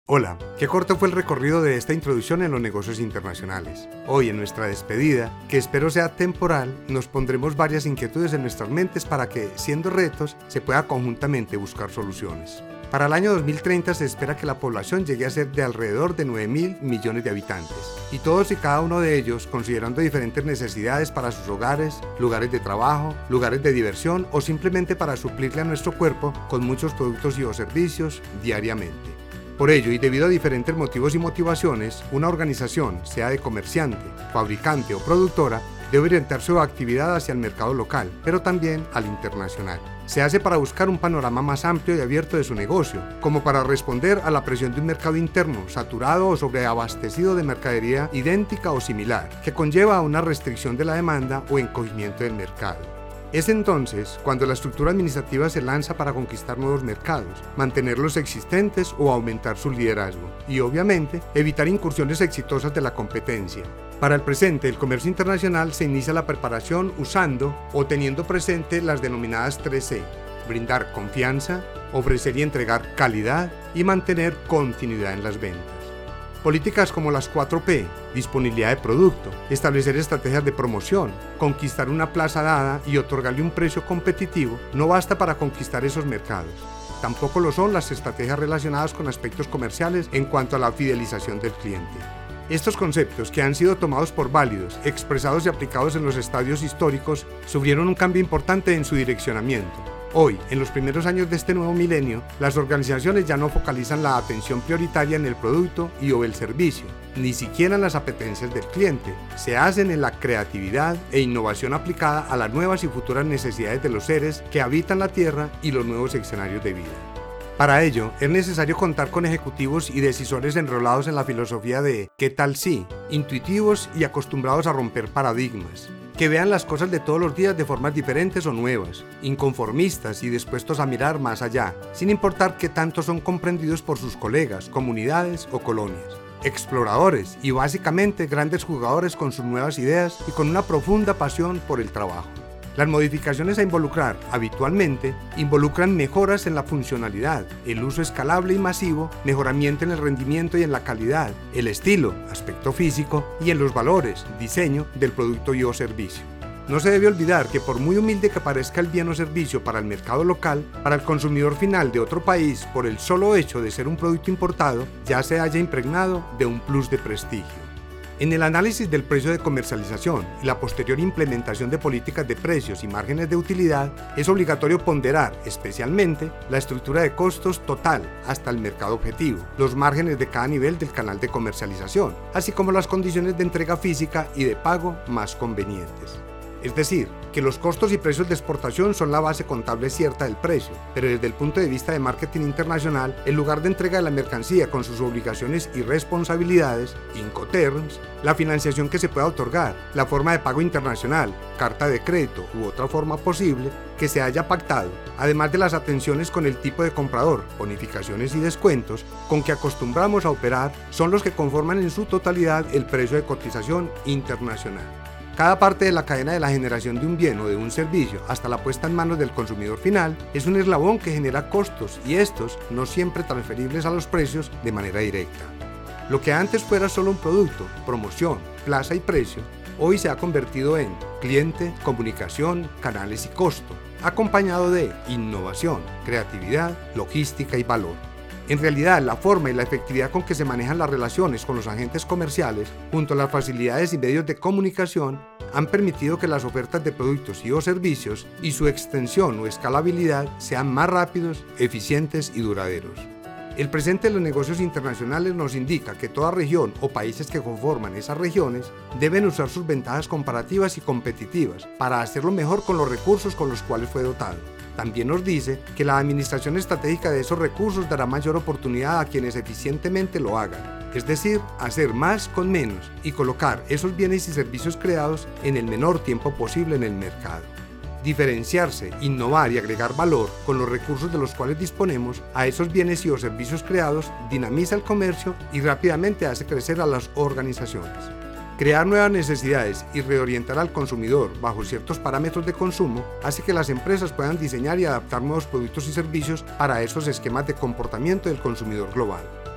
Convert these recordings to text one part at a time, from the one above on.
Hola, qué corto fue el recorrido de esta introducción en los negocios internacionales. Hoy, en nuestra despedida, que espero sea temporal, nos pondremos varias inquietudes en nuestras mentes para que, siendo retos, se pueda conjuntamente buscar soluciones. Para el año 2030 se espera que la población llegue a ser de alrededor de 9.000 millones de habitantes, y todos y cada uno de ellos considerando diferentes necesidades para sus hogares, lugares de trabajo, lugares de diversión o simplemente para suplirle a nuestro cuerpo con muchos productos y o servicios diariamente. Por ello, y debido a diferentes motivos y motivaciones, una organización, sea de comerciante, fabricante o productora, debe orientar su actividad hacia el mercado local, pero también al internacional. Se hace para buscar un panorama más amplio y abierto de su negocio, como para responder a la presión de un mercado interno saturado o sobreabastecido de mercadería idéntica o similar, que conlleva a una restricción de la demanda o encogimiento del mercado. Es entonces cuando la estructura administrativa se lanza para conquistar nuevos mercados, mantener los existentes o aumentar su liderazgo, y obviamente evitar incursiones exitosas de la competencia. Para el presente, el comercio internacional se inicia la preparación usando o teniendo presente las denominadas 3C: brindar confianza, ofrecer y entregar calidad y mantener continuidad en las ventas. Políticas como las 4P, disponibilidad de producto, establecer estrategias de promoción, conquistar una plaza dada y otorgarle un precio competitivo, no basta para conquistar esos mercados. Tampoco lo son las estrategias relacionadas con aspectos comerciales en cuanto a la fidelización del cliente. Estos conceptos, que han sido tomados por válidos, expresados y aplicados en los estadios históricos, sufrieron un cambio importante en su direccionamiento. Hoy, en los primeros años de este nuevo milenio, las organizaciones ya no focalizan la atención prioritaria en el producto y o el servicio, ni siquiera en las apetencias del cliente. Se hacen en la creatividad e innovación aplicada a las nuevas y futuras necesidades de los seres que habitan la Tierra y los nuevos escenarios de vida. Para ello, es necesario contar con ejecutivos y decisores enrolados en la filosofía de ¿qué tal si?, intuitivos y acostumbrados a romper paradigmas, que vean las cosas de todos los días de formas diferentes o nuevas, inconformistas y dispuestos a mirar más allá, sin importar qué tanto son comprendidos por sus colegas, comunidades o colonias. Exploradores y básicamente grandes jugadores con sus nuevas ideas y con una profunda pasión por el trabajo. Las modificaciones a involucrar habitualmente involucran mejoras en la funcionalidad, el uso escalable y masivo, mejoramiento en el rendimiento y en la calidad, el estilo, aspecto físico y en los valores, diseño del producto y o servicio. No se debe olvidar que por muy humilde que parezca el bien o servicio para el mercado local, para el consumidor final de otro país, por el solo hecho de ser un producto importado, ya se haya impregnado de un plus de prestigio. En el análisis del precio de comercialización y la posterior implementación de políticas de precios y márgenes de utilidad, es obligatorio ponderar especialmente la estructura de costos total hasta el mercado objetivo, los márgenes de cada nivel del canal de comercialización, así como las condiciones de entrega física y de pago más convenientes. Es decir, que los costos y precios de exportación son la base contable cierta del precio, pero desde el punto de vista de marketing internacional, el lugar de entrega de la mercancía con sus obligaciones y responsabilidades, Incoterms, la financiación que se pueda otorgar, la forma de pago internacional, carta de crédito u otra forma posible que se haya pactado, además de las atenciones con el tipo de comprador, bonificaciones y descuentos con que acostumbramos a operar, son los que conforman en su totalidad el precio de cotización internacional. Cada parte de la cadena de la generación de un bien o de un servicio hasta la puesta en manos del consumidor final es un eslabón que genera costos y estos no siempre transferibles a los precios de manera directa. Lo que antes fuera solo un producto, promoción, plaza y precio, hoy se ha convertido en cliente, comunicación, canales y costo, acompañado de innovación, creatividad, logística y valor. En realidad, la forma y la efectividad con que se manejan las relaciones con los agentes comerciales, junto a las facilidades y medios de comunicación, han permitido que las ofertas de productos y o servicios y su extensión o escalabilidad sean más rápidos, eficientes y duraderos. El presente de los negocios internacionales nos indica que toda región o países que conforman esas regiones deben usar sus ventajas comparativas y competitivas para hacerlo mejor con los recursos con los cuales fue dotado. También nos dice que la administración estratégica de esos recursos dará mayor oportunidad a quienes eficientemente lo hagan, es decir, hacer más con menos y colocar esos bienes y servicios creados en el menor tiempo posible en el mercado. Diferenciarse, innovar y agregar valor con los recursos de los cuales disponemos a esos bienes y o servicios creados dinamiza el comercio y rápidamente hace crecer a las organizaciones. Crear nuevas necesidades y reorientar al consumidor bajo ciertos parámetros de consumo hace que las empresas puedan diseñar y adaptar nuevos productos y servicios para esos esquemas de comportamiento del consumidor global.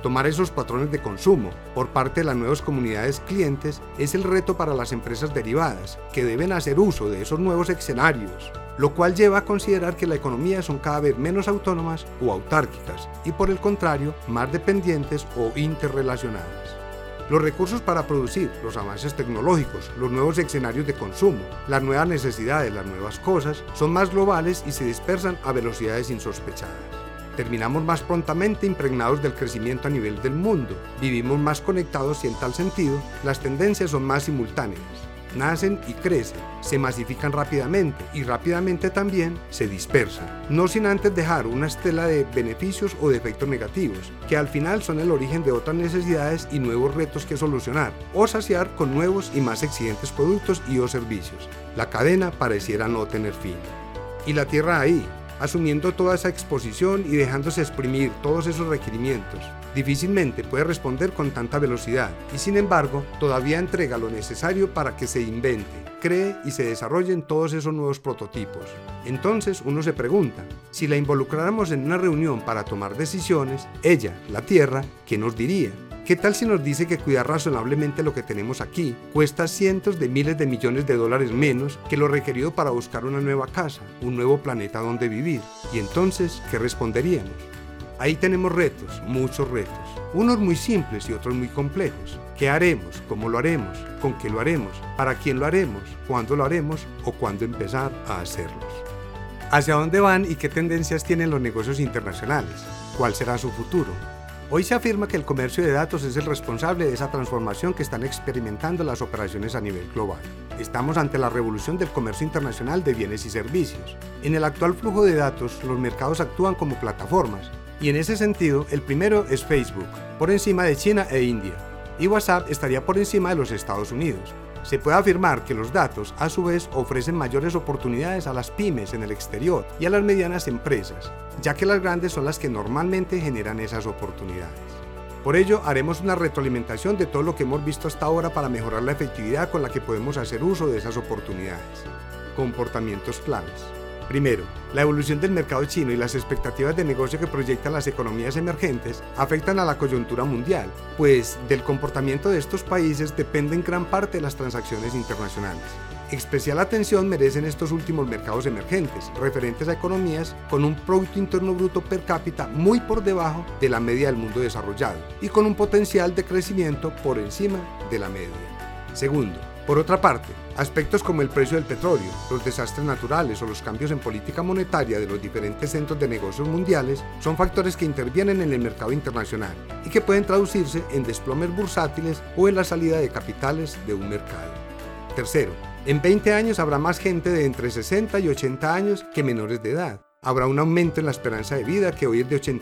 Tomar esos patrones de consumo por parte de las nuevas comunidades clientes es el reto para las empresas derivadas, que deben hacer uso de esos nuevos escenarios, lo cual lleva a considerar que las economías son cada vez menos autónomas o autárquicas y por el contrario más dependientes o interrelacionadas. Los recursos para producir, los avances tecnológicos, los nuevos escenarios de consumo, las nuevas necesidades, las nuevas cosas, son más globales y se dispersan a velocidades insospechadas. Terminamos más prontamente impregnados del crecimiento a nivel del mundo, vivimos más conectados y en tal sentido, las tendencias son más simultáneas. Nacen y crecen, se masifican rápidamente y rápidamente también se dispersan, no sin antes dejar una estela de beneficios o de efectos negativos, que al final son el origen de otras necesidades y nuevos retos que solucionar o saciar con nuevos y más exigentes productos y o servicios. La cadena pareciera no tener fin. Y la Tierra ahí, asumiendo toda esa exposición y dejándose exprimir todos esos requerimientos. Difícilmente puede responder con tanta velocidad y sin embargo todavía entrega lo necesario para que se invente, cree y se desarrollen todos esos nuevos prototipos. Entonces uno se pregunta, si la involucráramos en una reunión para tomar decisiones, ella, la Tierra, ¿qué nos diría? ¿Qué tal si nos dice que cuidar razonablemente lo que tenemos aquí cuesta cientos de miles de millones de dólares menos que lo requerido para buscar una nueva casa, un nuevo planeta donde vivir? Y entonces, ¿qué responderíamos? Ahí tenemos retos, muchos retos, unos muy simples y otros muy complejos. ¿Qué haremos? ¿Cómo lo haremos? ¿Con qué lo haremos? ¿Para quién lo haremos? ¿Cuándo lo haremos? ¿O cuándo empezar a hacerlos? ¿Hacia dónde van y qué tendencias tienen los negocios internacionales? ¿Cuál será su futuro? Hoy se afirma que el comercio de datos es el responsable de esa transformación que están experimentando las operaciones a nivel global. Estamos ante la revolución del comercio internacional de bienes y servicios. En el actual flujo de datos, los mercados actúan como plataformas, y en ese sentido, el primero es Facebook, por encima de China e India, y WhatsApp estaría por encima de los Estados Unidos. Se puede afirmar que los datos, a su vez, ofrecen mayores oportunidades a las pymes en el exterior y a las medianas empresas, ya que las grandes son las que normalmente generan esas oportunidades. Por ello, haremos una retroalimentación de todo lo que hemos visto hasta ahora para mejorar la efectividad con la que podemos hacer uso de esas oportunidades. Comportamientos claves. Primero, la evolución del mercado chino y las expectativas de negocio que proyectan las economías emergentes afectan a la coyuntura mundial, pues del comportamiento de estos países dependen gran parte de las transacciones internacionales. Especial atención merecen estos últimos mercados emergentes, referentes a economías con un Producto Interno Bruto per cápita muy por debajo de la media del mundo desarrollado y con un potencial de crecimiento por encima de la media. Segundo, por otra parte, aspectos como el precio del petróleo, los desastres naturales o los cambios en política monetaria de los diferentes centros de negocios mundiales son factores que intervienen en el mercado internacional y que pueden traducirse en desplomes bursátiles o en la salida de capitales de un mercado. Tercero, en 20 años habrá más gente de entre 60 y 80 años que menores de edad. Habrá un aumento en la esperanza de vida que hoy es de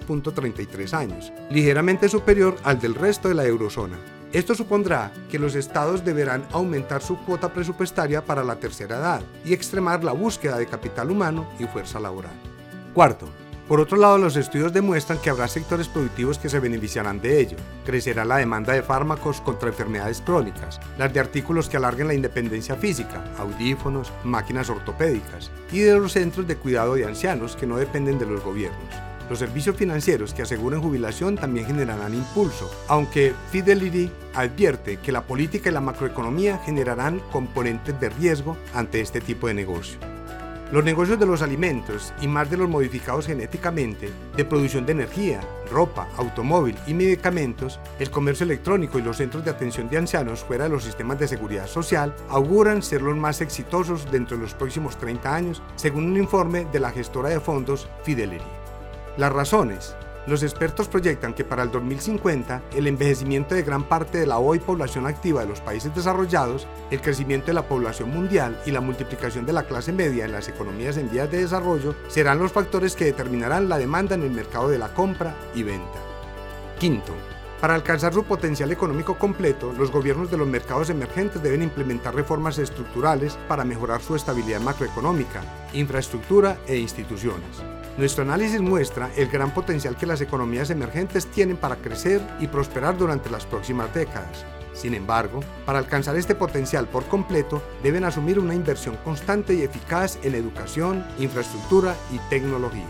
82.33 años, ligeramente superior al del resto de la eurozona. Esto supondrá que los estados deberán aumentar su cuota presupuestaria para la tercera edad y extremar la búsqueda de capital humano y fuerza laboral. Cuarto, por otro lado, los estudios demuestran que habrá sectores productivos que se beneficiarán de ello. Crecerá la demanda de fármacos contra enfermedades crónicas, las de artículos que alarguen la independencia física, audífonos, máquinas ortopédicas, y de los centros de cuidado de ancianos que no dependen de los gobiernos. Los servicios financieros que aseguren jubilación también generarán impulso, aunque Fidelity advierte que la política y la macroeconomía generarán componentes de riesgo ante este tipo de negocio. Los negocios de los alimentos y más de los modificados genéticamente, de producción de energía, ropa, automóvil y medicamentos, el comercio electrónico y los centros de atención de ancianos fuera de los sistemas de seguridad social auguran ser los más exitosos dentro de los próximos 30 años, según un informe de la gestora de fondos Fidelity. Las razones. Los expertos proyectan que para el 2050, el envejecimiento de gran parte de la hoy población activa de los países desarrollados, el crecimiento de la población mundial y la multiplicación de la clase media en las economías en vías de desarrollo serán los factores que determinarán la demanda en el mercado de la compra y venta. Quinto, para alcanzar su potencial económico completo, los gobiernos de los mercados emergentes deben implementar reformas estructurales para mejorar su estabilidad macroeconómica, infraestructura e instituciones. Nuestro análisis muestra el gran potencial que las economías emergentes tienen para crecer y prosperar durante las próximas décadas. Sin embargo, para alcanzar este potencial por completo, deben asumir una inversión constante y eficaz en educación, infraestructura y tecnología.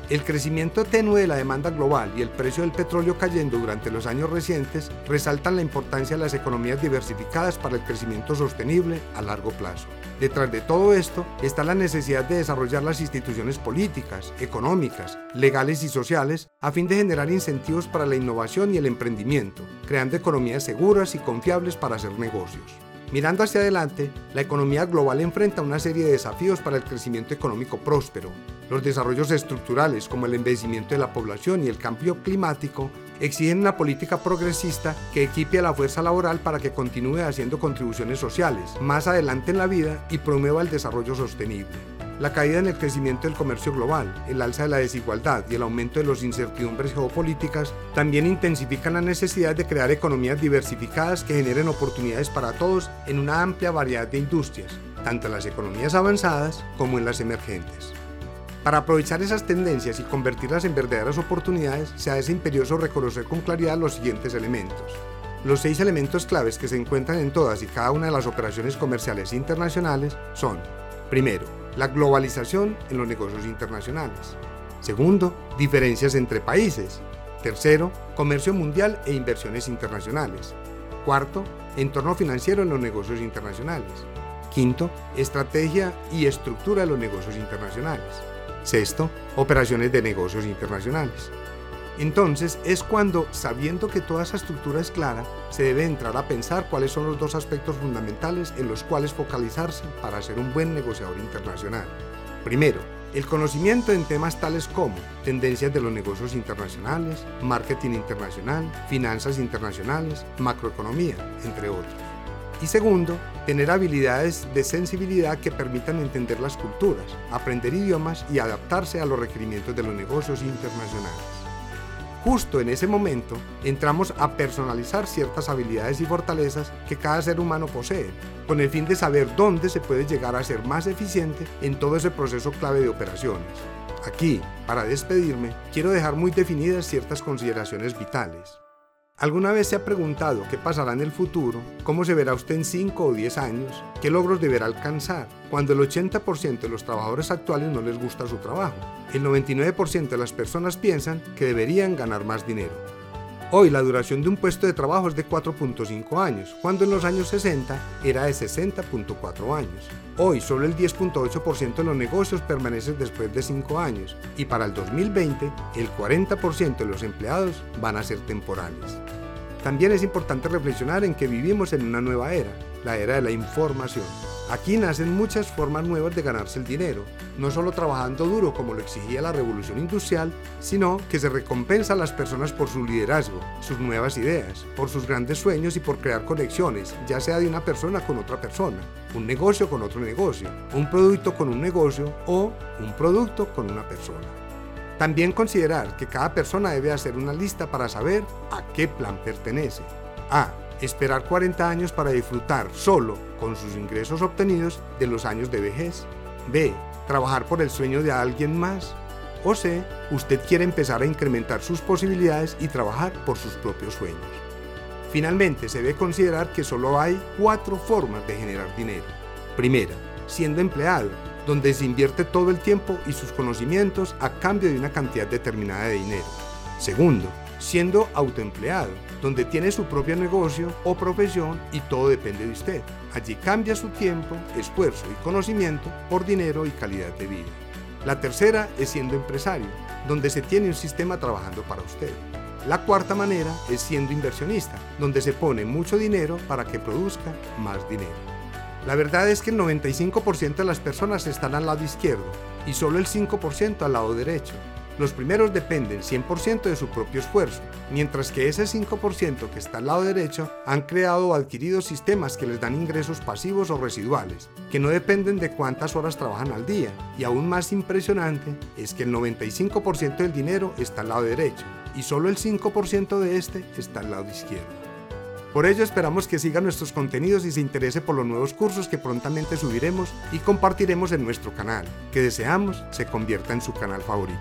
El crecimiento tenue de la demanda global y el precio del petróleo cayendo durante los años recientes resaltan la importancia de las economías diversificadas para el crecimiento sostenible a largo plazo. Detrás de todo esto está la necesidad de desarrollar las instituciones políticas, económicas, legales y sociales a fin de generar incentivos para la innovación y el emprendimiento, creando economías seguras y confiables para hacer negocios. Mirando hacia adelante, la economía global enfrenta una serie de desafíos para el crecimiento económico próspero. Los desarrollos estructurales, como el envejecimiento de la población y el cambio climático, exigen una política progresista que equipe a la fuerza laboral para que continúe haciendo contribuciones sociales más adelante en la vida y promueva el desarrollo sostenible. La caída en el crecimiento del comercio global, el alza de la desigualdad y el aumento de las incertidumbres geopolíticas también intensifican la necesidad de crear economías diversificadas que generen oportunidades para todos en una amplia variedad de industrias, tanto en las economías avanzadas como en las emergentes. Para aprovechar esas tendencias y convertirlas en verdaderas oportunidades, se hace imperioso reconocer con claridad los siguientes elementos. Los 6 elementos claves que se encuentran en todas y cada una de las operaciones comerciales internacionales son: primero, la globalización en los negocios internacionales. Segundo, diferencias entre países. Tercero, comercio mundial e inversiones internacionales. Cuarto, entorno financiero en los negocios internacionales. Quinto, estrategia y estructura de los negocios internacionales. Sexto, operaciones de negocios internacionales. Entonces es cuando, sabiendo que toda esa estructura es clara, se debe entrar a pensar cuáles son los 2 aspectos fundamentales en los cuales focalizarse para ser un buen negociador internacional. Primero, el conocimiento en temas tales como tendencias de los negocios internacionales, marketing internacional, finanzas internacionales, macroeconomía, entre otros. Y segundo, tener habilidades de sensibilidad que permitan entender las culturas, aprender idiomas y adaptarse a los requerimientos de los negocios internacionales. Justo en ese momento, entramos a personalizar ciertas habilidades y fortalezas que cada ser humano posee, con el fin de saber dónde se puede llegar a ser más eficiente en todo ese proceso clave de operaciones. Aquí, para despedirme, quiero dejar muy definidas ciertas consideraciones vitales. ¿Alguna vez se ha preguntado qué pasará en el futuro? ¿Cómo se verá usted en 5 o 10 años? ¿Qué logros deberá alcanzar? Cuando el 80% de los trabajadores actuales no les gusta su trabajo. El 99% de las personas piensan que deberían ganar más dinero. Hoy la duración de un puesto de trabajo es de 4.5 años, cuando en los años 60 era de 60.4 años. Hoy solo el 10.8% de los negocios permanecen después de 5 años y para el 2020 el 40% de los empleados van a ser temporales. También es importante reflexionar en que vivimos en una nueva era, la era de la información. Aquí nacen muchas formas nuevas de ganarse el dinero, no solo trabajando duro como lo exigía la revolución industrial, sino que se recompensa a las personas por su liderazgo, sus nuevas ideas, por sus grandes sueños y por crear conexiones, ya sea de una persona con otra persona, un negocio con otro negocio, un producto con un negocio o un producto con una persona. También considerar que cada persona debe hacer una lista para saber a qué plan pertenece. A. Esperar 40 años para disfrutar solo con sus ingresos obtenidos de los años de vejez. B. Trabajar por el sueño de alguien más. O C. Usted quiere empezar a incrementar sus posibilidades y trabajar por sus propios sueños. Finalmente, se debe considerar que solo hay 4 formas de generar dinero. Primera, siendo empleado, donde se invierte todo el tiempo y sus conocimientos a cambio de una cantidad determinada de dinero. Segundo, siendo autoempleado, donde tiene su propio negocio o profesión y todo depende de usted. Allí cambia su tiempo, esfuerzo y conocimiento por dinero y calidad de vida. La tercera es siendo empresario, donde se tiene un sistema trabajando para usted. La cuarta manera es siendo inversionista, donde se pone mucho dinero para que produzca más dinero. La verdad es que el 95% de las personas están al lado izquierdo y solo el 5% al lado derecho. Los primeros dependen 100% de su propio esfuerzo, mientras que ese 5% que está al lado derecho han creado o adquirido sistemas que les dan ingresos pasivos o residuales, que no dependen de cuántas horas trabajan al día, y aún más impresionante es que el 95% del dinero está al lado derecho, y solo el 5% de este está al lado izquierdo. Por ello esperamos que siga nuestros contenidos y se interese por los nuevos cursos que prontamente subiremos y compartiremos en nuestro canal, que deseamos se convierta en su canal favorito.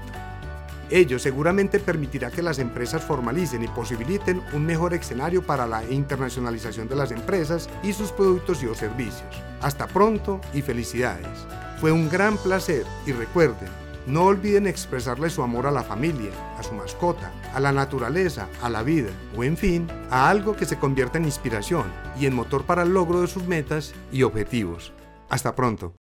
Ello seguramente permitirá que las empresas formalicen y posibiliten un mejor escenario para la internacionalización de las empresas y sus productos y o servicios. Hasta pronto y felicidades. Fue un gran placer y recuerden, No olviden expresarle su amor a la familia, a su mascota, a la naturaleza, a la vida o en fin, a algo que se convierta en inspiración y en motor para el logro de sus metas y objetivos. Hasta pronto.